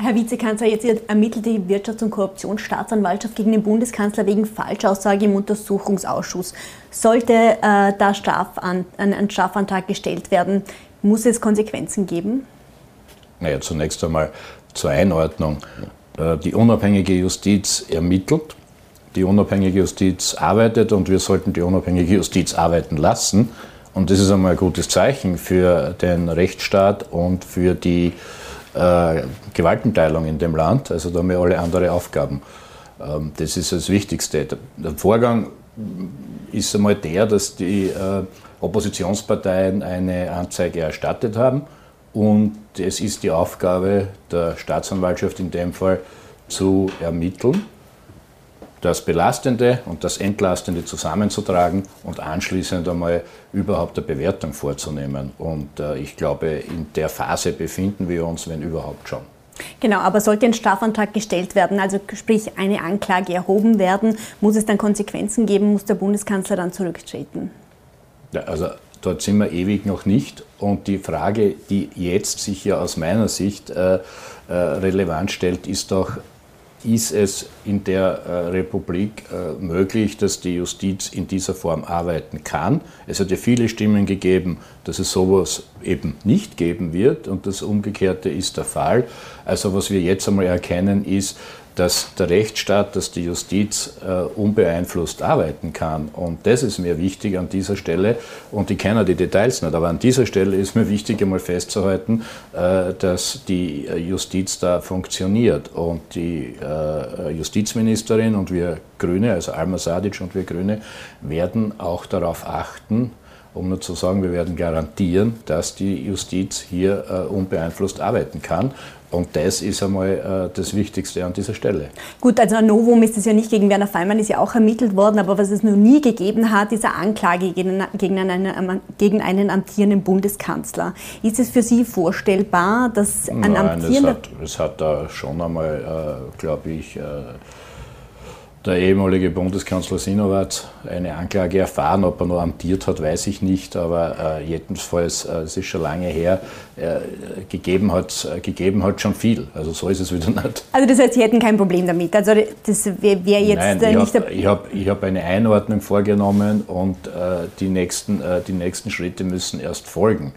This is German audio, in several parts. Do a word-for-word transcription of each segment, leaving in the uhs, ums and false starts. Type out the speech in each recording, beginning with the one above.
Herr Vizekanzler, jetzt ermittelt die Wirtschafts- und Korruptionsstaatsanwaltschaft gegen den Bundeskanzler wegen Falschaussage im Untersuchungsausschuss. Sollte äh, da Strafan ein, ein Strafantrag gestellt werden, muss es Konsequenzen geben? Naja, zunächst einmal zur Einordnung. Äh, die unabhängige Justiz ermittelt, die unabhängige Justiz arbeitet und wir sollten die unabhängige Justiz arbeiten lassen. Und das ist einmal ein gutes Zeichen für den Rechtsstaat und für die äh, Gewaltenteilung in dem Land. Also da haben wir alle andere Aufgaben. Ähm, das ist das Wichtigste. Der Vorgang ist einmal der, dass die äh, Oppositionsparteien eine Anzeige erstattet haben und es ist die Aufgabe der Staatsanwaltschaft in dem Fall zu ermitteln, das Belastende und das Entlastende zusammenzutragen und anschließend einmal überhaupt eine Bewertung vorzunehmen. Und äh, ich glaube, in der Phase befinden wir uns, wenn überhaupt schon. Genau, aber sollte ein Strafantrag gestellt werden, also sprich eine Anklage erhoben werden, muss es dann Konsequenzen geben, muss der Bundeskanzler dann zurücktreten? Ja, also dort sind wir ewig noch nicht. Und die Frage, die jetzt sich ja aus meiner Sicht äh, äh, relevant stellt, ist doch, ist es in der äh, Republik äh, möglich, dass die Justiz in dieser Form arbeiten kann? Es hat ja viele Stimmen gegeben, dass es sowas eben nicht geben wird und das Umgekehrte ist der Fall. Also was wir jetzt einmal erkennen ist, dass der Rechtsstaat, dass die Justiz äh, unbeeinflusst arbeiten kann. Und das ist mir wichtig an dieser Stelle. Und ich kenne die Details nicht, aber an dieser Stelle ist mir wichtig, einmal festzuhalten, äh, dass die Justiz da funktioniert. Und die äh, Justizministerin und wir Grüne, also Alma Sadic und wir Grüne, werden auch darauf achten, um nur zu sagen, wir werden garantieren, dass die Justiz hier äh, unbeeinflusst arbeiten kann. Und das ist einmal äh, das Wichtigste an dieser Stelle. Gut, also ein Novum ist es ja nicht, gegen Werner Faymann ist ja auch ermittelt worden, aber was es noch nie gegeben hat, ist eine Anklage gegen, gegen, einen, gegen einen amtierenden Bundeskanzler. Ist es für Sie vorstellbar, dass ein Nein, amtierender... es hat, es hat da schon einmal, äh, glaube ich, äh, der ehemalige Bundeskanzler Sinowatz eine Anklage erfahren. Ob er noch amtiert hat, weiß ich nicht, aber äh, jedenfalls, äh, es ist schon lange her, äh, gegeben hat äh, gegeben hat schon viel. Also so ist es wieder nicht. Also das heißt, Sie hätten kein Problem damit? Also das wäre wär jetzt Nein, äh, ich nicht... Hab, ich habe ich hab eine Einordnung vorgenommen und äh, die, nächsten, äh, die nächsten Schritte müssen erst folgen.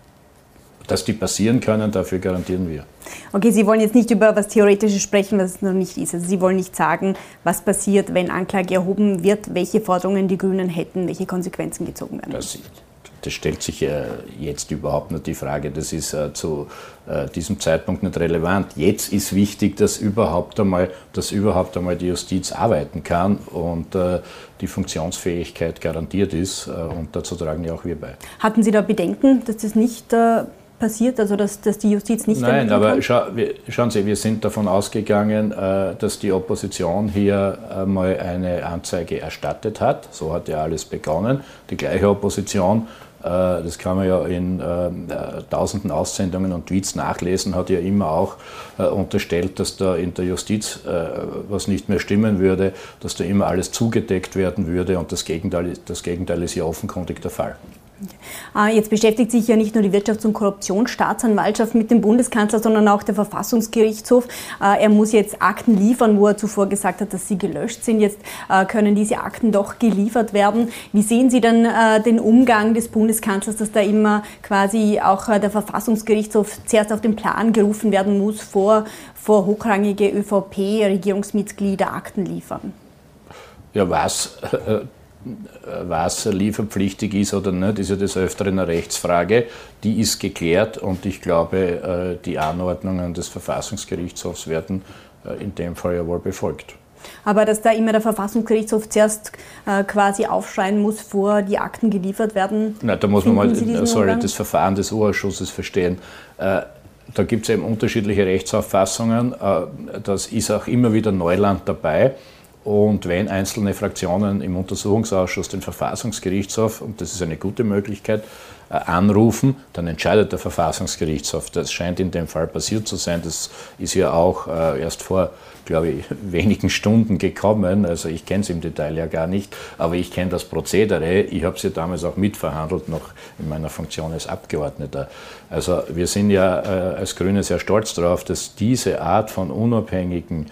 Dass die passieren können, dafür garantieren wir. Okay, Sie wollen jetzt nicht über was Theoretisches sprechen, was es noch nicht ist. Also Sie wollen nicht sagen, was passiert, wenn Anklage erhoben wird, welche Forderungen die Grünen hätten, welche Konsequenzen gezogen werden. Das, das stellt sich äh, jetzt überhaupt nicht die Frage. Das ist äh, zu äh, diesem Zeitpunkt nicht relevant. Jetzt ist wichtig, dass überhaupt einmal, dass überhaupt einmal die Justiz arbeiten kann und äh, die Funktionsfähigkeit garantiert ist. Äh, und dazu tragen ja auch wir bei. Hatten Sie da Bedenken, dass das nicht äh, passiert, also dass, dass die Justiz nicht... Nein, aber schau, wir, schauen Sie, wir sind davon ausgegangen, äh, dass die Opposition hier einmal eine Anzeige erstattet hat. So hat ja alles begonnen. Die gleiche Opposition, äh, das kann man ja in äh, tausenden Aussendungen und Tweets nachlesen, hat ja immer auch äh, unterstellt, dass da in der Justiz äh, was nicht mehr stimmen würde, dass da immer alles zugedeckt werden würde und das Gegenteil, das Gegenteil ist ja offenkundig der Fall. Jetzt beschäftigt sich ja nicht nur die Wirtschafts- und Korruptionsstaatsanwaltschaft mit dem Bundeskanzler, sondern auch der Verfassungsgerichtshof. Er muss jetzt Akten liefern, wo er zuvor gesagt hat, dass sie gelöscht sind. Jetzt können diese Akten doch geliefert werden. Wie sehen Sie denn den Umgang des Bundeskanzlers, dass da immer quasi auch der Verfassungsgerichtshof zuerst auf den Plan gerufen werden muss, vor, vor hochrangige ÖVP Regierungsmitglieder Akten liefern? Ja, was... Äh, was lieferpflichtig ist oder nicht, ist ja des Öfteren eine Rechtsfrage. Die ist geklärt und ich glaube, die Anordnungen des Verfassungsgerichtshofs werden in dem Fall ja wohl befolgt. Aber dass da immer der Verfassungsgerichtshof zuerst äh, quasi aufschreien muss, vor die Akten geliefert werden? Nein, da muss man mal sorry, das Verfahren des U-Ausschusses verstehen. Äh, da gibt es eben unterschiedliche Rechtsauffassungen. Äh, das ist auch immer wieder Neuland dabei. Und wenn einzelne Fraktionen im Untersuchungsausschuss den Verfassungsgerichtshof, und das ist eine gute Möglichkeit, anrufen, dann entscheidet der Verfassungsgerichtshof. Das scheint in dem Fall passiert zu sein. Das ist ja auch äh, erst vor, glaube ich, wenigen Stunden gekommen. Also ich kenne es im Detail ja gar nicht, aber ich kenne das Prozedere. Ich habe sie damals auch mitverhandelt, noch in meiner Funktion als Abgeordneter. Also wir sind ja äh, als Grüne sehr stolz darauf, dass diese Art von unabhängigen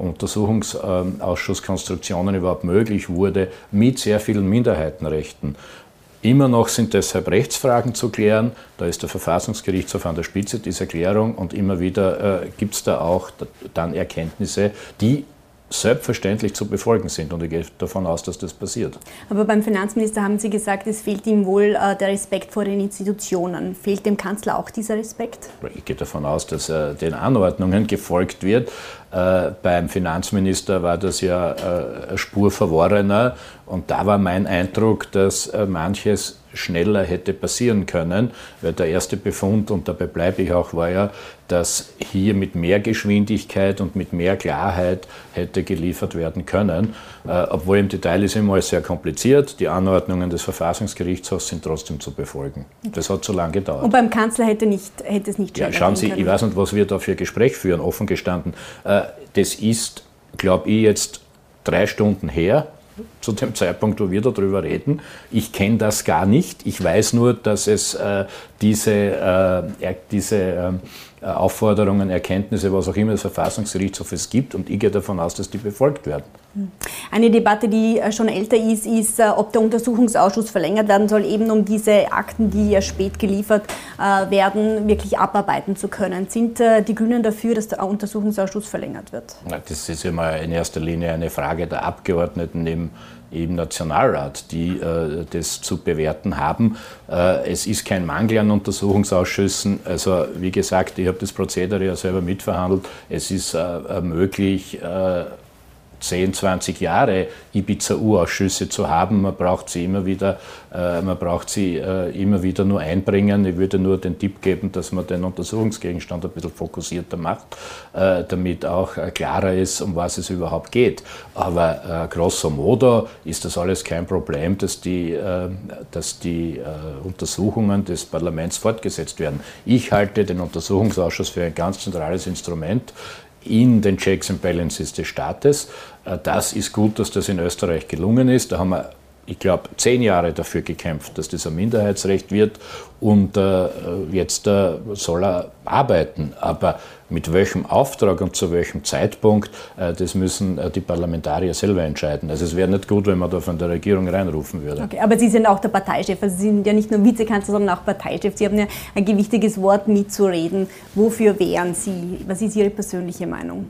Untersuchungsausschusskonstruktionen überhaupt möglich wurde, mit sehr vielen Minderheitenrechten. Immer noch sind deshalb Rechtsfragen zu klären, da ist der Verfassungsgerichtshof an der Spitze dieser Klärung und immer wieder äh, gibt es da auch dann Erkenntnisse, die selbstverständlich zu befolgen sind und ich gehe davon aus, dass das passiert. Aber beim Finanzminister haben Sie gesagt, es fehlt ihm wohl äh, der Respekt vor den Institutionen. Fehlt dem Kanzler auch dieser Respekt? Ich gehe davon aus, dass äh, den Anordnungen gefolgt wird. Äh, beim Finanzminister war das ja äh, eine Spur verworrener und da war mein Eindruck, dass äh, manches schneller hätte passieren können, weil der erste Befund, und dabei bleibe ich auch, war ja, dass hier mit mehr Geschwindigkeit und mit mehr Klarheit hätte geliefert werden können, äh, obwohl im Detail ist immer alles sehr kompliziert. Die Anordnungen des Verfassungsgerichtshofs sind trotzdem zu befolgen. Das hat zu lange gedauert. Und beim Kanzler hätte, nicht, hätte es nicht schneller Ja, schauen Sie, können. ich weiß nicht, was wir da für Gespräch führen, offen gestanden. Äh, das ist, glaube ich, jetzt drei Stunden her, zu dem Zeitpunkt, wo wir darüber reden. Ich kenne das gar nicht. Ich weiß nur, dass es äh, diese, äh, diese äh, Aufforderungen, Erkenntnisse, was auch immer des Verfassungsgerichtshofes gibt und ich gehe davon aus, dass die befolgt werden. Eine Debatte, die schon älter ist, ist, ob der Untersuchungsausschuss verlängert werden soll, eben um diese Akten, die ja spät geliefert werden, wirklich abarbeiten zu können. Sind die Grünen dafür, dass der Untersuchungsausschuss verlängert wird? Das ist ja mal in erster Linie eine Frage der Abgeordneten im im Nationalrat, die äh, das zu bewerten haben. Äh, es ist kein Mangel an Untersuchungsausschüssen. Also wie gesagt, ich habe das Prozedere ja selber mitverhandelt. Es ist äh, möglich, äh, zehn, zwanzig Jahre Ibiza-U-Ausschüsse zu haben. Man braucht sie immer wieder, äh, man braucht sie äh, immer wieder nur einbringen. Ich würde nur den Tipp geben, dass man den Untersuchungsgegenstand ein bisschen fokussierter macht, äh, damit auch äh, klarer ist, um was es überhaupt geht. Aber äh, grosso modo ist das alles kein Problem, dass die, äh, dass die äh, Untersuchungen des Parlaments fortgesetzt werden. Ich halte den Untersuchungsausschuss für ein ganz zentrales Instrument in den Checks and Balances des Staates. Das ist gut, dass das in Österreich gelungen ist. Da haben wir, ich glaube, zehn Jahre dafür gekämpft, dass das ein Minderheitsrecht wird und äh, jetzt äh, soll er arbeiten. Aber mit welchem Auftrag und zu welchem Zeitpunkt, äh, das müssen äh, die Parlamentarier selber entscheiden. Also es wäre nicht gut, wenn man da von der Regierung reinrufen würde. Okay, aber Sie sind auch der Parteichef, also Sie sind ja nicht nur Vizekanzler, sondern auch Parteichef. Sie haben ja ein gewichtiges Wort mitzureden. Wofür wären Sie? Was ist Ihre persönliche Meinung?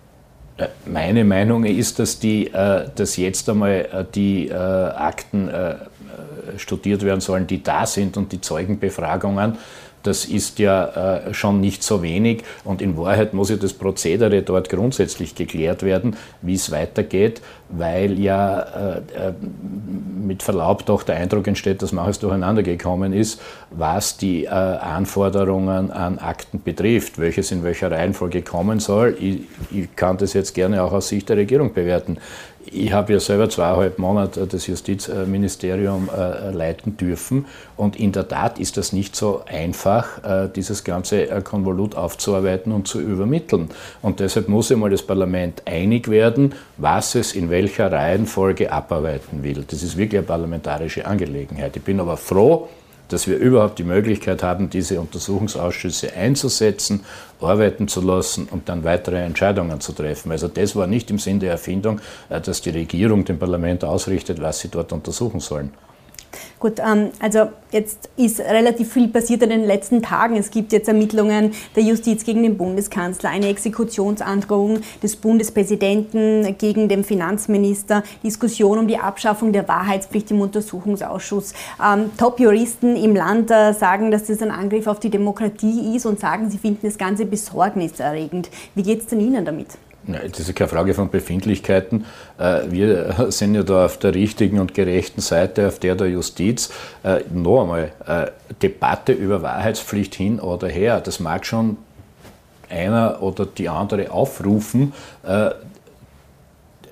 Meine Meinung ist, dass, die, dass jetzt einmal die Akten studiert werden sollen, die da sind und die Zeugenbefragungen. Das ist ja äh, schon nicht so wenig und in Wahrheit muss ja das Prozedere dort grundsätzlich geklärt werden, wie es weitergeht, weil ja äh, mit Verlaub doch der Eindruck entsteht, dass manches durcheinander gekommen ist, was die äh, Anforderungen an Akten betrifft, welches in welcher Reihenfolge kommen soll. Ich, ich kann das jetzt gerne auch aus Sicht der Regierung bewerten. Ich habe ja selber zweieinhalb Monate das Justizministerium äh, leiten dürfen und in der Tat ist das nicht so einfach, äh, dieses ganze äh, Konvolut aufzuarbeiten und zu übermitteln. Und deshalb muss einmal das Parlament einig werden, was es in welcher Reihenfolge abarbeiten will. Das ist wirklich eine parlamentarische Angelegenheit. Ich bin aber froh, dass wir überhaupt die Möglichkeit haben, diese Untersuchungsausschüsse einzusetzen, arbeiten zu lassen und dann weitere Entscheidungen zu treffen. Also das war nicht im Sinn der Erfindung, dass die Regierung dem Parlament ausrichtet, was sie dort untersuchen sollen. Gut, also jetzt ist relativ viel passiert in den letzten Tagen. Es gibt jetzt Ermittlungen der Justiz gegen den Bundeskanzler, eine Exekutionsandrohung des Bundespräsidenten gegen den Finanzminister, Diskussion um die Abschaffung der Wahrheitspflicht im Untersuchungsausschuss. Ähm, Top-Juristen im Land äh, sagen, dass das ein Angriff auf die Demokratie ist und sagen, sie finden das Ganze besorgniserregend. Wie geht es denn Ihnen damit? Ja, das ist keine Frage von Befindlichkeiten. Wir sind ja da auf der richtigen und gerechten Seite, auf der der Justiz. Noch einmal, Debatte über Wahrheitspflicht hin oder her, das mag schon einer oder die andere aufrufen.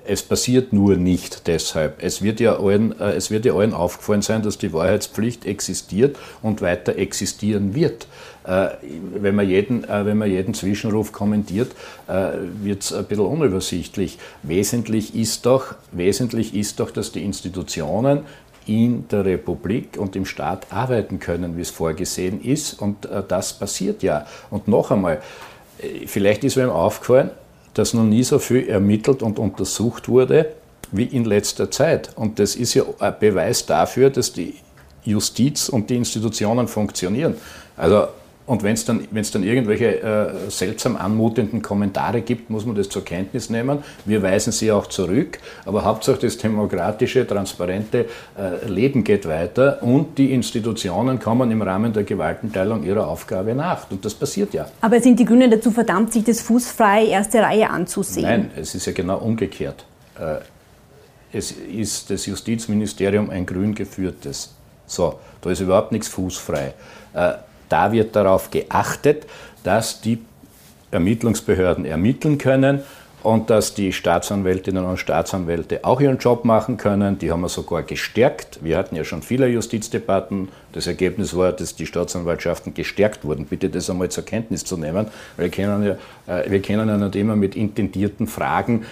es passiert nur nicht deshalb. Es wird ja allen, äh, es wird ja allen aufgefallen sein, dass die Wahrheitspflicht existiert und weiter existieren wird. Äh, wenn man jeden, äh, wenn man jeden Zwischenruf kommentiert, äh, wird es ein bisschen unübersichtlich. Wesentlich ist doch, wesentlich ist doch, dass die Institutionen in der Republik und im Staat arbeiten können, wie es vorgesehen ist. Und äh, das passiert ja. Und noch einmal, äh, vielleicht ist mir aufgefallen, dass noch nie so viel ermittelt und untersucht wurde wie in letzter Zeit. Und das ist ja ein Beweis dafür, dass die Justiz und die Institutionen funktionieren. Also, und wenn es dann, wenn's dann irgendwelche äh, seltsam anmutenden Kommentare gibt, muss man das zur Kenntnis nehmen. Wir weisen sie auch zurück. Aber Hauptsache das demokratische, transparente äh, Leben geht weiter und die Institutionen kommen im Rahmen der Gewaltenteilung ihrer Aufgabe nach. Und das passiert ja. Aber sind die Grünen dazu verdammt, sich das fußfrei erste Reihe anzusehen? Nein, es ist ja genau umgekehrt. Äh, es ist das Justizministerium ein grün geführtes. So, da ist überhaupt nichts fußfrei. Äh, Da wird darauf geachtet, dass die Ermittlungsbehörden ermitteln können und dass die Staatsanwältinnen und Staatsanwälte auch ihren Job machen können. Die haben wir sogar gestärkt. Wir hatten ja schon viele Justizdebatten. Das Ergebnis war, dass die Staatsanwaltschaften gestärkt wurden. Bitte das einmal zur Kenntnis zu nehmen. Weil wir können ja, wir können ja nicht immer mit intendierten Fragen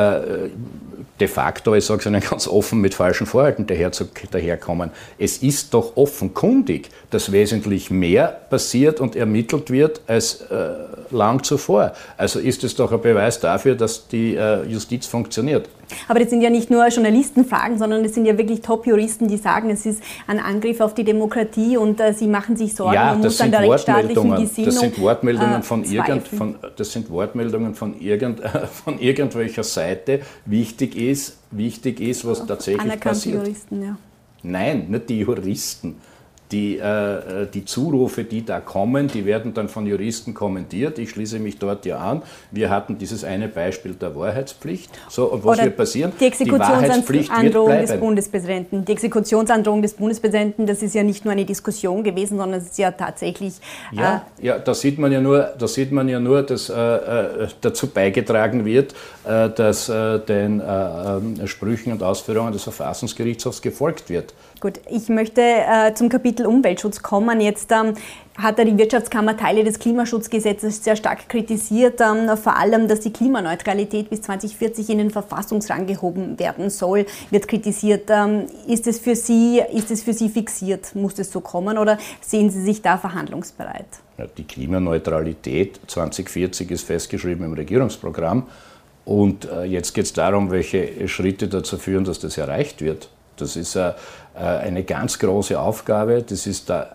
de facto, ich sage es Ihnen ganz offen, mit falschen Vorhalten daher zu, daherkommen. Es ist doch offenkundig, dass wesentlich mehr passiert und ermittelt wird als äh, lang zuvor. Also ist es doch ein Beweis dafür, dass die äh, Justiz funktioniert. Aber das sind ja nicht nur Journalistenfragen, sondern es sind ja wirklich Top-Juristen, die sagen, es ist ein Angriff auf die Demokratie und äh, sie machen sich Sorgen, ja, man das muss an der rechtsstaatlichen Gesinnung das sind Wortmeldungen äh, von, irgend, von, das sind Wortmeldungen von, irgend, von irgendwelcher Seite. Wichtig ist, wichtig ist, was tatsächlich anerkannte passiert. Juristen, ja. Nein, nicht die Juristen. Die, äh, die Zurufe, die da kommen, die werden dann von Juristen kommentiert. Ich schließe mich dort ja an. Wir hatten dieses eine Beispiel der Wahrheitspflicht. So, und was Oder wird passieren? Die Exekutionsandrohung die des Bundespräsidenten. Die Exekutionsandrohung des Bundespräsidenten, das ist ja nicht nur eine Diskussion gewesen, sondern es ist ja tatsächlich... Ja, äh, ja da sieht man ja nur, da sieht man ja nur dass äh, äh, dazu beigetragen wird, äh, dass äh, den äh, Sprüchen und Ausführungen des Verfassungsgerichtshofs gefolgt wird. Gut, ich möchte äh, zum Kapitel Umweltschutz kommen. Jetzt ähm, hat ja die Wirtschaftskammer Teile des Klimaschutzgesetzes sehr stark kritisiert, ähm, vor allem, dass die Klimaneutralität bis zwanzig vierzig in den Verfassungsrang gehoben werden soll, wird kritisiert. Ähm, ist es für Sie, ist es für Sie fixiert? Muss es so kommen oder sehen Sie sich da verhandlungsbereit? Ja, die Klimaneutralität zwanzig vierzig ist festgeschrieben im Regierungsprogramm und äh, jetzt geht es darum, welche Schritte dazu führen, dass das erreicht wird. Das ist äh, eine ganz große Aufgabe. Das ist der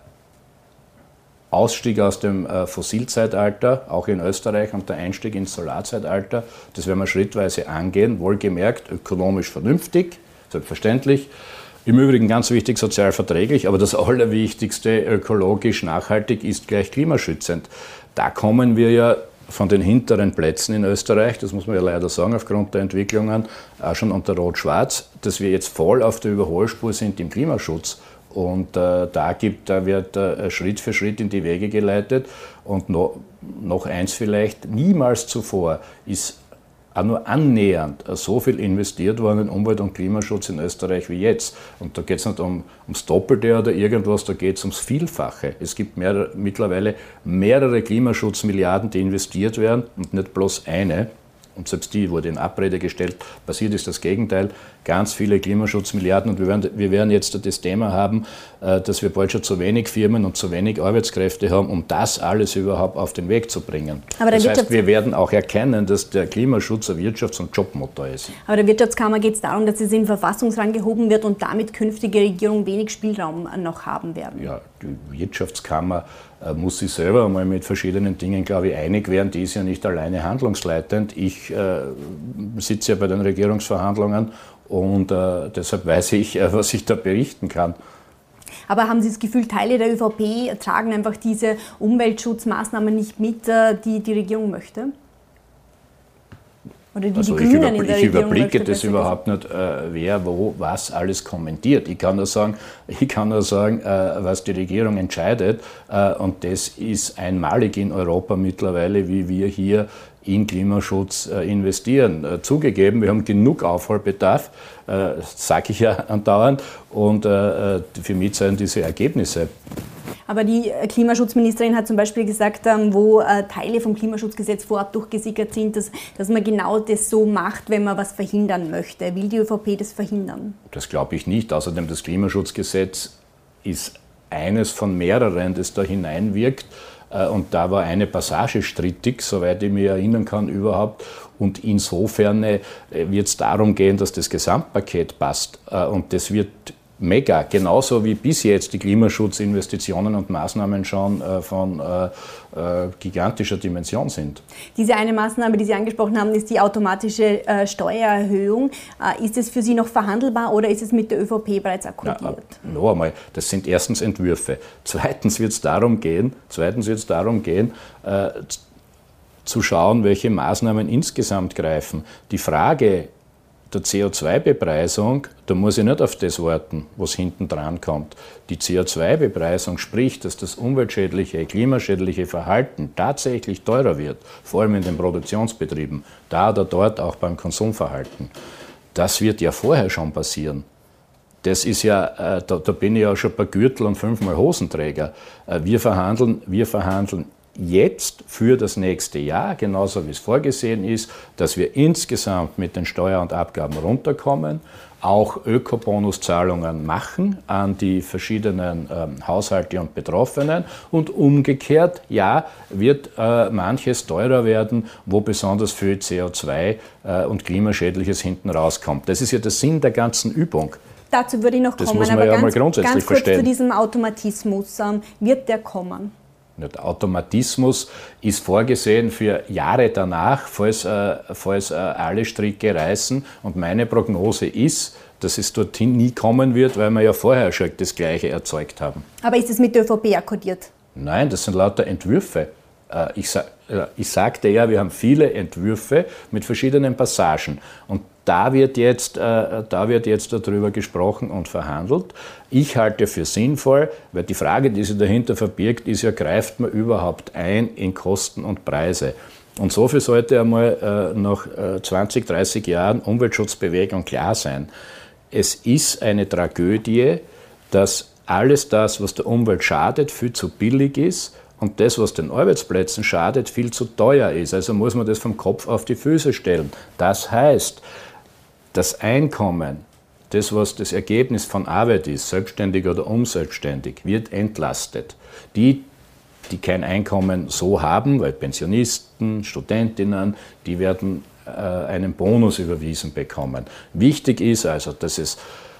Ausstieg aus dem äh, Fossilzeitalter, auch in Österreich, und der Einstieg ins Solarzeitalter. Das werden wir schrittweise angehen, wohlgemerkt ökonomisch vernünftig, selbstverständlich. Im Übrigen ganz wichtig, sozial verträglich, aber das Allerwichtigste, ökologisch nachhaltig, ist gleich klimaschützend. Da kommen wir ja von den hinteren Plätzen in Österreich, das muss man ja leider sagen, aufgrund der Entwicklungen, auch schon unter Rot-Schwarz, dass wir jetzt voll auf der Überholspur sind im Klimaschutz. Und äh, da, gibt, da wird äh, Schritt für Schritt in die Wege geleitet. Und no, noch eins vielleicht, niemals zuvor ist auch nur annähernd so viel investiert worden in Umwelt- und Klimaschutz in Österreich wie jetzt. Und da geht es nicht um, ums Doppelte oder irgendwas, da geht es ums Vielfache. Es gibt mehr, mittlerweile mehrere Klimaschutzmilliarden, die investiert werden und nicht bloß eine. Und selbst die wurde in Abrede gestellt. Passiert ist das Gegenteil. Ganz viele Klimaschutzmilliarden. Und wir werden, wir werden jetzt das Thema haben, dass wir bald schon zu wenig Firmen und zu wenig Arbeitskräfte haben, um das alles überhaupt auf den Weg zu bringen. Aber das heißt, wir werden auch erkennen, dass der Klimaschutz ein Wirtschafts- und Jobmotor ist. Aber der Wirtschaftskammer geht es darum, dass es in den Verfassungsrang gehoben wird und damit künftige Regierungen wenig Spielraum noch haben werden. Ja, die Wirtschaftskammer äh, muss sich selber einmal mit verschiedenen Dingen, glaube ich, einig werden. Die ist ja nicht alleine handlungsleitend. Ich äh, sitze ja bei den Regierungsverhandlungen und äh, deshalb weiß ich, äh, was ich da berichten kann. Aber haben Sie das Gefühl, Teile der ÖVP tragen einfach diese Umweltschutzmaßnahmen nicht mit, äh, die die Regierung möchte? Oder die also die ich, Grünen überbl in der ich Regierung überblicke möchte, das überhaupt nicht, äh, wer wo was alles kommentiert. Ich kann nur sagen, ich kann nur sagen äh, was die Regierung entscheidet. Äh, und das ist einmalig in Europa mittlerweile, wie wir hier in Klimaschutz investieren. Zugegeben, wir haben genug Aufholbedarf, sage ich ja andauernd, und für mich zählen diese Ergebnisse. Aber die Klimaschutzministerin hat zum Beispiel gesagt, wo Teile vom Klimaschutzgesetz vorab durchgesickert sind, dass, dass man genau das so macht, wenn man was verhindern möchte. Will die ÖVP das verhindern? Das glaube ich nicht. Außerdem, das Klimaschutzgesetz ist eines von mehreren, das da hineinwirkt. Und da war eine Passage strittig, soweit ich mich erinnern kann, überhaupt. Und insofern wird es darum gehen, dass das Gesamtpaket passt. Und das wird mega, genauso wie bis jetzt die Klimaschutzinvestitionen und Maßnahmen schon äh, von äh, äh, gigantischer Dimension sind. Diese eine Maßnahme, die Sie angesprochen haben, ist die automatische äh, Steuererhöhung. Äh, ist es für Sie noch verhandelbar oder ist es mit der ÖVP bereits akkordiert? Na, noch einmal, das sind erstens Entwürfe. Zweitens wird es darum gehen, zweitens wird es darum gehen, äh, zu schauen, welche Maßnahmen insgesamt greifen. Die Frage der C O zwei Bepreisung, da muss ich nicht auf das warten, was hinten dran kommt. Die C O zwei Bepreisung spricht, dass das umweltschädliche, klimaschädliche Verhalten tatsächlich teurer wird, vor allem in den Produktionsbetrieben, da oder dort auch beim Konsumverhalten. Das wird ja vorher schon passieren. Das ist ja, da, da bin ich ja schon ein paar Gürtel und fünfmal Hosenträger. Wir verhandeln, wir verhandeln jetzt für das nächste Jahr, genauso wie es vorgesehen ist, dass wir insgesamt mit den Steuern und Abgaben runterkommen, auch Ökobonuszahlungen machen an die verschiedenen ähm, Haushalte und Betroffenen und umgekehrt, ja, wird äh, manches teurer werden, wo besonders viel C O zwei äh, und Klimaschädliches hinten rauskommt. Das ist ja der Sinn der ganzen Übung. Dazu würde ich noch das kommen, muss man aber ja ganz, mal grundsätzlich ganz kurz verstehen. Zu diesem Automatismus, ähm, wird der kommen? Der Automatismus ist vorgesehen für Jahre danach, falls, äh, falls äh, alle Stricke reißen. Und meine Prognose ist, dass es dorthin nie kommen wird, weil wir ja vorher schon das Gleiche erzeugt haben. Aber ist es mit der ÖVP akkordiert? Nein, das sind lauter Entwürfe. Äh, ich, sa äh, ich sagte ja, wir haben viele Entwürfe mit verschiedenen Passagen. Und Da wird, jetzt, äh, da wird jetzt darüber gesprochen und verhandelt. Ich halte für sinnvoll, weil die Frage, die sich dahinter verbirgt, ist ja, greift man überhaupt ein in Kosten und Preise? Und so viel sollte einmal äh, nach äh, zwanzig, dreißig Jahren Umweltschutzbewegung klar sein. Es ist eine Tragödie, dass alles das, was der Umwelt schadet, viel zu billig ist. Und das, was den Arbeitsplätzen schadet, viel zu teuer ist. Also muss man das vom Kopf auf die Füße stellen. Das heißt, das Einkommen, das, was das Ergebnis von Arbeit ist, selbstständig oder unselbstständig, wird entlastet. Die, die kein Einkommen so haben, weil Pensionisten, Studentinnen, die werden äh, einen Bonus überwiesen bekommen. Wichtig ist also, dass es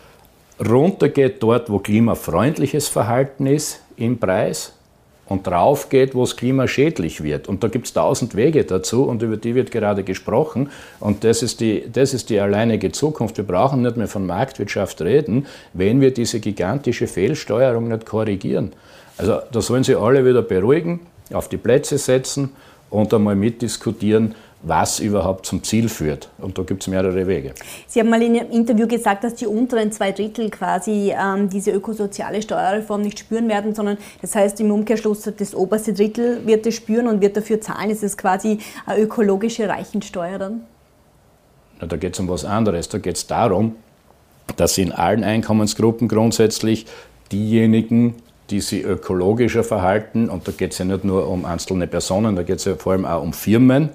runtergeht dort, wo klimafreundliches Verhalten ist im Preis, und drauf geht, wo es klimaschädlich wird. Und da gibt es tausend Wege dazu und über die wird gerade gesprochen. Und das ist, die, das ist die alleinige Zukunft. Wir brauchen nicht mehr von Marktwirtschaft reden, wenn wir diese gigantische Fehlsteuerung nicht korrigieren. Also da sollen Sie alle wieder beruhigen, auf die Plätze setzen und einmal mitdiskutieren, was überhaupt zum Ziel führt. Und da gibt es mehrere Wege. Sie haben mal in einem Interview gesagt, dass die unteren zwei Drittel quasi ähm, diese ökosoziale Steuerreform nicht spüren werden, sondern das heißt im Umkehrschluss, das oberste Drittel wird es spüren und wird dafür zahlen. Ist es quasi eine ökologische Reichensteuer dann? Na, da geht es um was anderes. Da geht es darum, dass in allen Einkommensgruppen grundsätzlich diejenigen, die sich ökologischer verhalten, und da geht es ja nicht nur um einzelne Personen, da geht es ja vor allem auch um Firmen,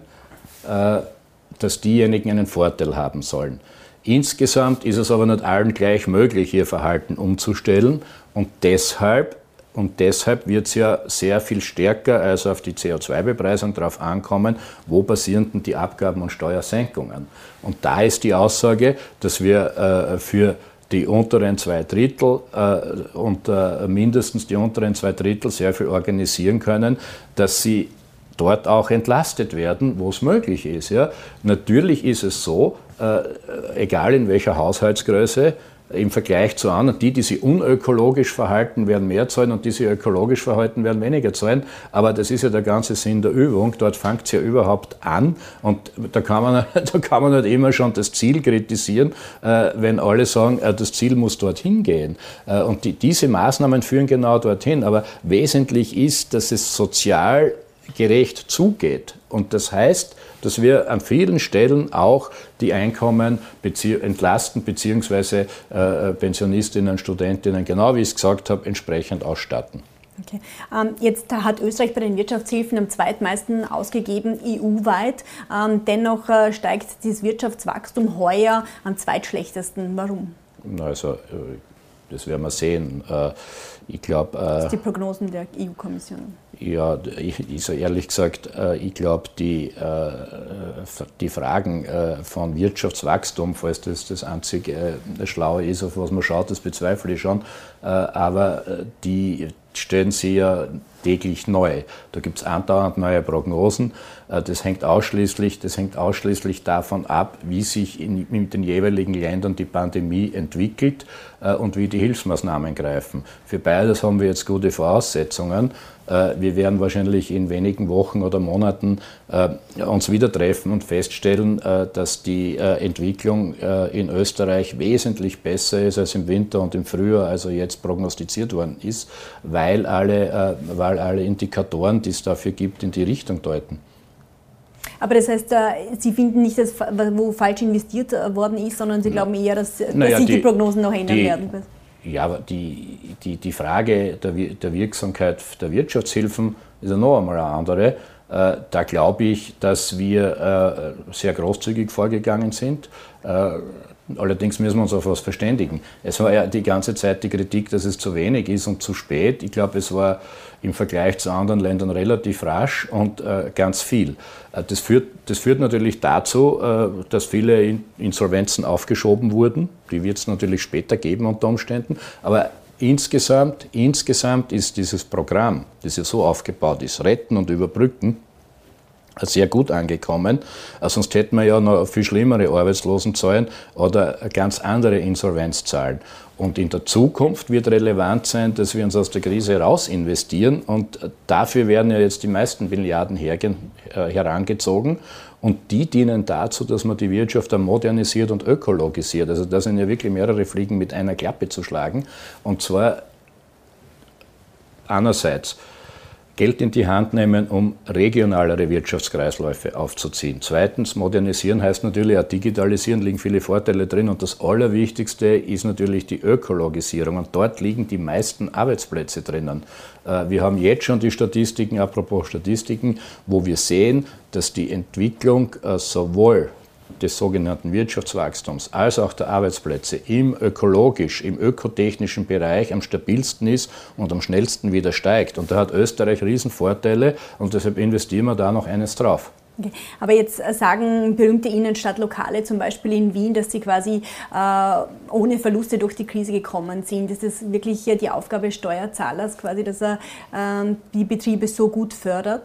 dass diejenigen einen Vorteil haben sollen. Insgesamt ist es aber nicht allen gleich möglich, ihr Verhalten umzustellen, und deshalb, und deshalb wird es ja sehr viel stärker als auf die C O zwei Bepreisung darauf ankommen, wo passieren denn die Abgaben- und Steuersenkungen. Und da ist die Aussage, dass wir äh, für die unteren zwei Drittel äh, und äh, mindestens die unteren zwei Drittel sehr viel organisieren können, dass sie dort auch entlastet werden, wo es möglich ist. Ja. Natürlich ist es so, äh, egal in welcher Haushaltsgröße, im Vergleich zu anderen, die, die sich unökologisch verhalten, werden mehr zahlen und die sich ökologisch verhalten, werden weniger zahlen. Aber das ist ja der ganze Sinn der Übung. Dort fängt es ja überhaupt an. Und da kann man, da kann man nicht immer schon das Ziel kritisieren, äh, wenn alle sagen, äh, das Ziel muss dorthin gehen. Äh, und die, diese Maßnahmen führen genau dorthin. Aber wesentlich ist, dass es sozial gerecht zugeht. Und das heißt, dass wir an vielen Stellen auch die Einkommen bezie- entlasten bzw. Äh, Pensionistinnen, Studentinnen, genau wie ich es gesagt habe, entsprechend ausstatten. Okay. Ähm, jetzt hat Österreich bei den Wirtschaftshilfen am zweitmeisten ausgegeben, E U-weit. Ähm, dennoch äh, steigt das Wirtschaftswachstum heuer am zweitschlechtesten. Warum? Also, das werden wir sehen. Ich glaube, das sind die Prognosen der E U-Kommission. Ja, ich, ich so ehrlich gesagt, ich glaube, die, die Fragen von Wirtschaftswachstum, falls das das einzige Schlaue ist, auf was man schaut, das bezweifle ich schon, aber die stellen sie ja täglich neu. Da gibt es andauernd neue Prognosen. Das hängt ausschließlich, das hängt ausschließlich davon ab, wie sich in, in den jeweiligen Ländern die Pandemie entwickelt und wie die Hilfsmaßnahmen greifen. Für beides haben wir jetzt gute Voraussetzungen. Wir werden wahrscheinlich in wenigen Wochen oder Monaten uns wieder treffen und feststellen, dass die Entwicklung in Österreich wesentlich besser ist als im Winter und im Frühjahr, also jetzt prognostiziert worden ist, weil alle, weil alle Indikatoren, die es dafür gibt, in die Richtung deuten. Aber das heißt, Sie finden nicht, dass wo falsch investiert worden ist, sondern Sie glauben eher, dass, dass naja, sich die, die Prognosen noch ändern die, werden? Ja, aber die, die, die Frage der, der Wirksamkeit der Wirtschaftshilfen ist ja noch einmal eine andere. Da glaube ich, dass wir sehr großzügig vorgegangen sind. Allerdings müssen wir uns auf etwas verständigen. Es war ja die ganze Zeit die Kritik, dass es zu wenig ist und zu spät. Ich glaube, es war im Vergleich zu anderen Ländern relativ rasch und äh, ganz viel. Äh, das, führt, das führt natürlich dazu, äh, dass viele In- Insolvenzen aufgeschoben wurden. Die wird es natürlich später geben unter Umständen. Aber insgesamt, insgesamt ist dieses Programm, das ja so aufgebaut ist, Retten und Überbrücken, sehr gut angekommen. Sonst hätten wir ja noch viel schlimmere Arbeitslosenzahlen oder ganz andere Insolvenzzahlen. Und in der Zukunft wird relevant sein, dass wir uns aus der Krise raus investieren. Und dafür werden ja jetzt die meisten Milliarden hergen, äh, herangezogen. Und die dienen dazu, dass man die Wirtschaft dann modernisiert und ökologisiert. Also da sind ja wirklich mehrere Fliegen mit einer Klappe zu schlagen. Und zwar einerseits Geld in die Hand nehmen, um regionalere Wirtschaftskreisläufe aufzuziehen. Zweitens, modernisieren heißt natürlich auch digitalisieren, liegen viele Vorteile drin. Und das Allerwichtigste ist natürlich die Ökologisierung. Und dort liegen die meisten Arbeitsplätze drinnen. Wir haben jetzt schon die Statistiken, apropos Statistiken, wo wir sehen, dass die Entwicklung sowohl des sogenannten Wirtschaftswachstums als auch der Arbeitsplätze im ökologisch, im ökotechnischen Bereich am stabilsten ist und am schnellsten wieder steigt. Und da hat Österreich Riesenvorteile und deshalb investieren wir da noch eines drauf. Okay. Aber jetzt sagen berühmte Innenstadtlokale, zum Beispiel in Wien, dass sie quasi äh, ohne Verluste durch die Krise gekommen sind. Ist das wirklich die Aufgabe des Steuerzahlers, quasi, dass er äh, die Betriebe so gut fördert?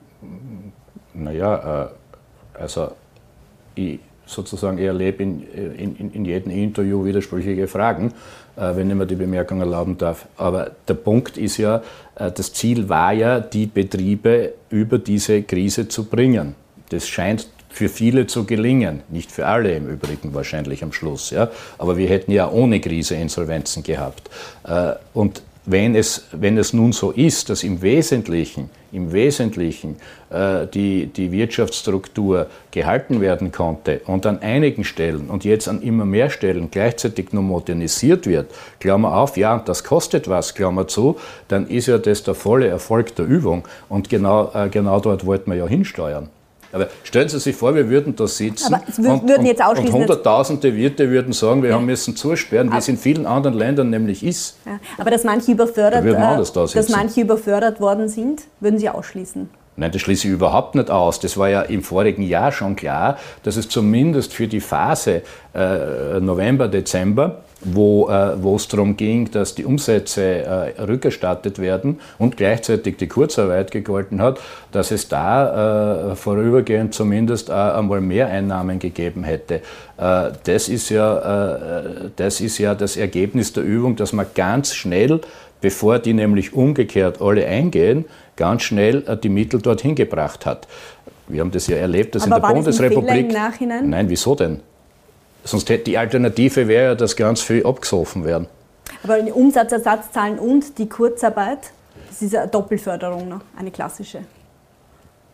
Naja, äh, also ich sozusagen ich erlebe in, in, in jedem Interview widersprüchliche Fragen, äh, wenn ich mir die Bemerkung erlauben darf. Aber der Punkt ist ja, äh, das Ziel war ja, die Betriebe über diese Krise zu bringen. Das scheint für viele zu gelingen, nicht für alle im Übrigen wahrscheinlich am Schluss. Ja? Aber wir hätten ja ohne Krise Insolvenzen gehabt. Äh, und Wenn es, wenn es nun so ist, dass im Wesentlichen, im Wesentlichen äh, die, die Wirtschaftsstruktur gehalten werden konnte und an einigen Stellen und jetzt an immer mehr Stellen gleichzeitig nur modernisiert wird, Klammer auf, ja, und das kostet was, Klammer zu, dann ist ja das der volle Erfolg der Übung und genau, äh, genau dort wollten wir ja hinsteuern. Aber stellen Sie sich vor, wir würden da sitzen aber würden und, jetzt und, und hunderttausende Wirte würden sagen, wir ja. haben müssen zusperren, wie es in vielen anderen Ländern nämlich ist. Ja. Aber dass manche überfördert, da äh, da dass manche überfördert worden sind, würden Sie ausschließen? Nein, das schließe ich überhaupt nicht aus. Das war ja im vorigen Jahr schon klar, dass es zumindest für die Phase äh, November, Dezember, wo, äh, wo es darum ging, dass die Umsätze äh, rückerstattet werden und gleichzeitig die Kurzarbeit gegolten hat, dass es da äh, vorübergehend zumindest äh, einmal mehr Einnahmen gegeben hätte. Äh, das ist ja, äh, das ist ja das Ergebnis der Übung, dass man ganz schnell, bevor die nämlich umgekehrt alle eingehen, ganz schnell äh, die Mittel dorthin gebracht hat. Wir haben das ja erlebt, dass Aber in der war Bundesrepublik... Das ein Fehler im Nachhinein? Nein, wieso denn? Sonst hätte die Alternative wäre ja, dass ganz viel abgesoffen werden. Aber die Umsatzersatzzahlen und die Kurzarbeit, das ist eine Doppelförderung noch, eine klassische.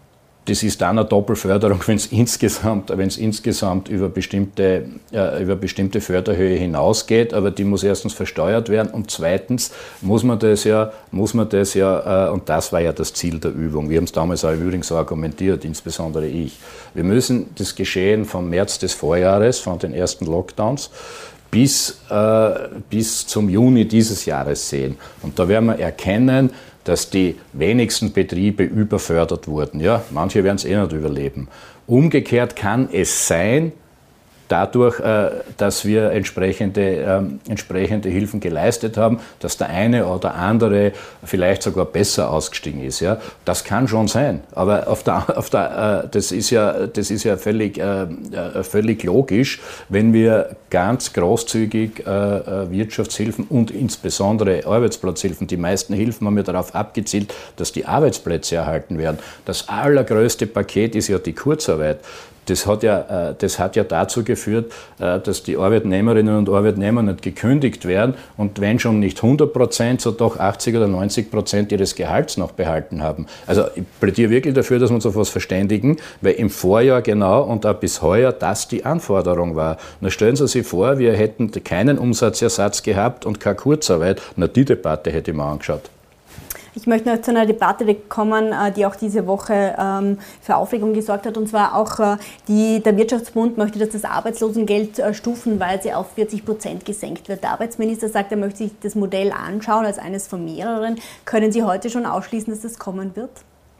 das ist dann eine Doppelförderung, wenn es insgesamt, wenn es insgesamt über bestimmte, äh, über bestimmte Förderhöhe hinausgeht, aber die muss erstens versteuert werden und zweitens muss man das ja, muss man das ja, äh, und das war ja das Ziel der Übung. Wir haben es damals auch übrigens so argumentiert, insbesondere ich. Wir müssen das Geschehen vom März des Vorjahres, von den ersten Lockdowns, bis, äh, bis zum Juni dieses Jahres sehen. Und da werden wir erkennen, dass die wenigsten Betriebe überfördert wurden. Ja, manche werden es eh nicht überleben. Umgekehrt kann es sein, dadurch, dass wir entsprechende, entsprechende Hilfen geleistet haben, dass der eine oder andere vielleicht sogar besser ausgestiegen ist. Ja, das kann schon sein. Aber auf der, auf der, das ist ja, das ist ja völlig, völlig logisch, wenn wir ganz großzügig Wirtschaftshilfen und insbesondere Arbeitsplatzhilfen, die meisten Hilfen haben ja darauf abgezielt, dass die Arbeitsplätze erhalten werden. Das allergrößte Paket ist ja die Kurzarbeit. Das hat, ja, das hat ja dazu geführt, dass die Arbeitnehmerinnen und Arbeitnehmer nicht gekündigt werden und wenn schon nicht hundert Prozent, so doch achtzig oder neunzig Prozent ihres Gehalts noch behalten haben. Also ich plädiere wirklich dafür, dass wir uns auf etwas verständigen, weil im Vorjahr genau und auch bis heuer das die Anforderung war. Na, stellen Sie sich vor, wir hätten keinen Umsatzersatz gehabt und keine Kurzarbeit. Na, die Debatte hätte ich mir angeschaut. Ich möchte noch zu einer Debatte kommen, die auch diese Woche für Aufregung gesorgt hat. Und zwar auch die, der Wirtschaftsbund möchte, dass das Arbeitslosengeld stufenweise auf vierzig Prozent gesenkt wird. Der Arbeitsminister sagt, er möchte sich das Modell anschauen als eines von mehreren. Können Sie heute schon ausschließen, dass das kommen wird?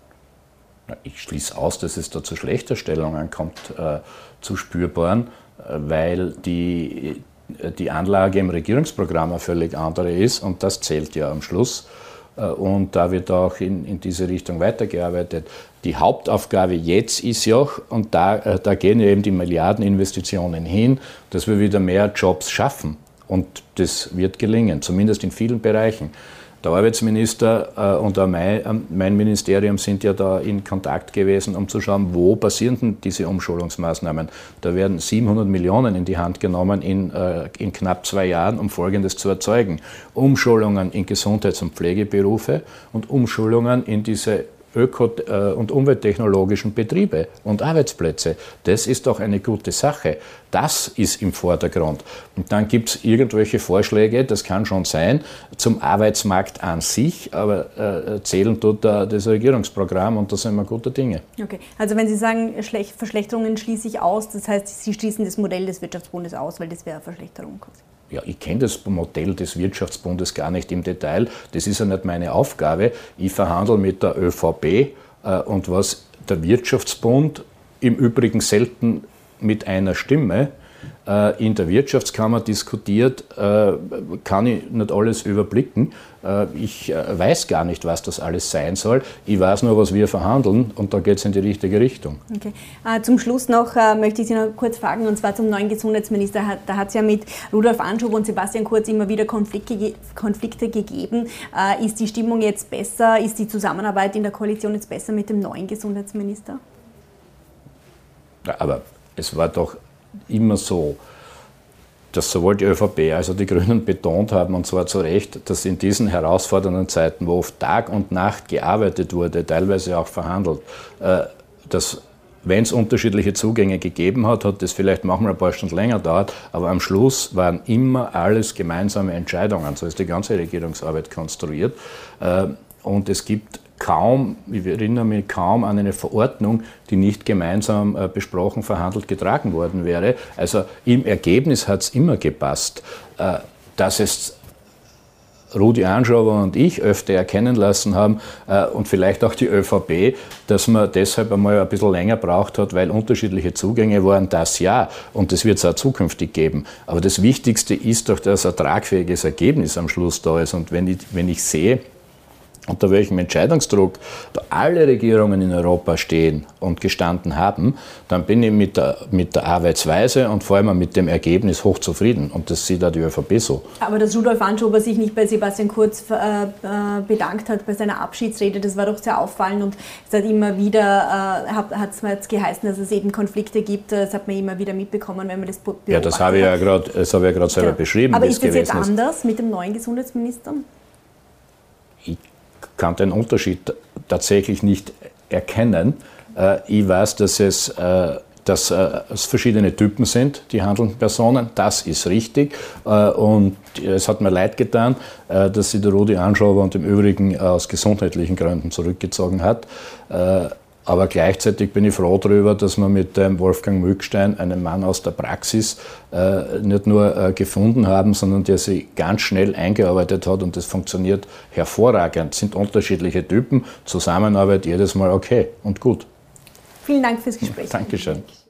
Ich schließe aus, dass es da zu Schlechterstellungen kommt, äh, zu spürbaren, weil die, die Anlage im Regierungsprogramm eine völlig andere ist und das zählt ja am Schluss. Und da wird auch in, in diese Richtung weitergearbeitet. Die Hauptaufgabe jetzt ist ja, und da, da gehen ja eben die Milliardeninvestitionen hin, dass wir wieder mehr Jobs schaffen. Und das wird gelingen, zumindest in vielen Bereichen. Der Arbeitsminister äh, und auch mein, äh, mein Ministerium sind ja da in Kontakt gewesen, um zu schauen, wo passieren denn diese Umschulungsmaßnahmen. Da werden siebenhundert Millionen in die Hand genommen in, äh, in knapp zwei Jahren, um Folgendes zu erzeugen. Umschulungen in Gesundheits- und Pflegeberufe und Umschulungen in diese öko- und umwelttechnologischen Betriebe und Arbeitsplätze. Das ist doch eine gute Sache. Das ist im Vordergrund. Und dann gibt es irgendwelche Vorschläge, das kann schon sein, zum Arbeitsmarkt an sich, aber äh, zählen tut da das Regierungsprogramm und da sind wir guter Dinge. Okay, also wenn Sie sagen, Verschlechterungen schließe ich aus, das heißt, Sie schließen das Modell des Wirtschaftsbundes aus, weil das wäre eine Verschlechterung. Ja, ich kenne das Modell des Wirtschaftsbundes gar nicht im Detail. Das ist ja nicht meine Aufgabe. Ich verhandle mit der ÖVP äh, und was der Wirtschaftsbund im Übrigen selten mit einer Stimme äh, in der Wirtschaftskammer diskutiert, äh, kann ich nicht alles überblicken. Äh, ich äh, weiß gar nicht, was das alles sein soll. Ich weiß nur, was wir verhandeln und da geht es in die richtige Richtung. Okay. Äh, zum Schluss noch äh, möchte ich Sie noch kurz fragen, und zwar zum neuen Gesundheitsminister. Da hat es ja mit Rudolf Anschober und Sebastian Kurz immer wieder Konflikte, Konflikte gegeben. Äh, ist die Stimmung jetzt besser? Ist die Zusammenarbeit in der Koalition jetzt besser mit dem neuen Gesundheitsminister? Ja, aber es war doch immer so, dass sowohl die ÖVP als auch die Grünen betont haben, und zwar zu Recht, dass in diesen herausfordernden Zeiten, wo oft Tag und Nacht gearbeitet wurde, teilweise auch verhandelt, dass wenn es unterschiedliche Zugänge gegeben hat, hat das vielleicht manchmal ein paar Stunden länger gedauert, aber am Schluss waren immer alles gemeinsame Entscheidungen. So ist die ganze Regierungsarbeit konstruiert. Und es gibt kaum, ich erinnere mich kaum an eine Verordnung, die nicht gemeinsam äh, besprochen, verhandelt, getragen worden wäre. Also im Ergebnis hat es immer gepasst. Äh, dass es Rudi Anschober und ich öfter erkennen lassen haben äh, und vielleicht auch die ÖVP, dass man deshalb einmal ein bisschen länger braucht hat, weil unterschiedliche Zugänge waren, das ja. Und das wird es auch zukünftig geben. Aber das Wichtigste ist doch, dass ein tragfähiges Ergebnis am Schluss da ist. Und wenn ich, wenn ich sehe, unter welchem Entscheidungsdruck da alle Regierungen in Europa stehen und gestanden haben, dann bin ich mit der, mit der Arbeitsweise und vor allem mit dem Ergebnis hochzufrieden. Und das sieht auch die ÖVP so. Aber dass Rudolf Anschober sich nicht bei Sebastian Kurz äh, bedankt hat bei seiner Abschiedsrede, das war doch sehr auffallend. Und es hat immer wieder, äh, hat es jetzt geheißen, dass es eben Konflikte gibt. Das hat man immer wieder mitbekommen, wenn man das beobachtet. Ja, das habe ich ja gerade ja selber genau. beschrieben. Aber ist das jetzt anders mit dem neuen Gesundheitsminister? Ich kann den Unterschied tatsächlich nicht erkennen. Ich weiß, dass es, dass es verschiedene Typen sind, die handelnden Personen. Das ist richtig. Und es hat mir leid getan, dass sich der Rudi Anschober und im Übrigen aus gesundheitlichen Gründen zurückgezogen hat. Aber gleichzeitig bin ich froh darüber, dass wir mit dem Wolfgang Mückstein einen Mann aus der Praxis äh, nicht nur äh, gefunden haben, sondern der sich ganz schnell eingearbeitet hat und das funktioniert hervorragend. Es sind unterschiedliche Typen, Zusammenarbeit jedes Mal okay und gut. Vielen Dank fürs Gespräch. Dankeschön.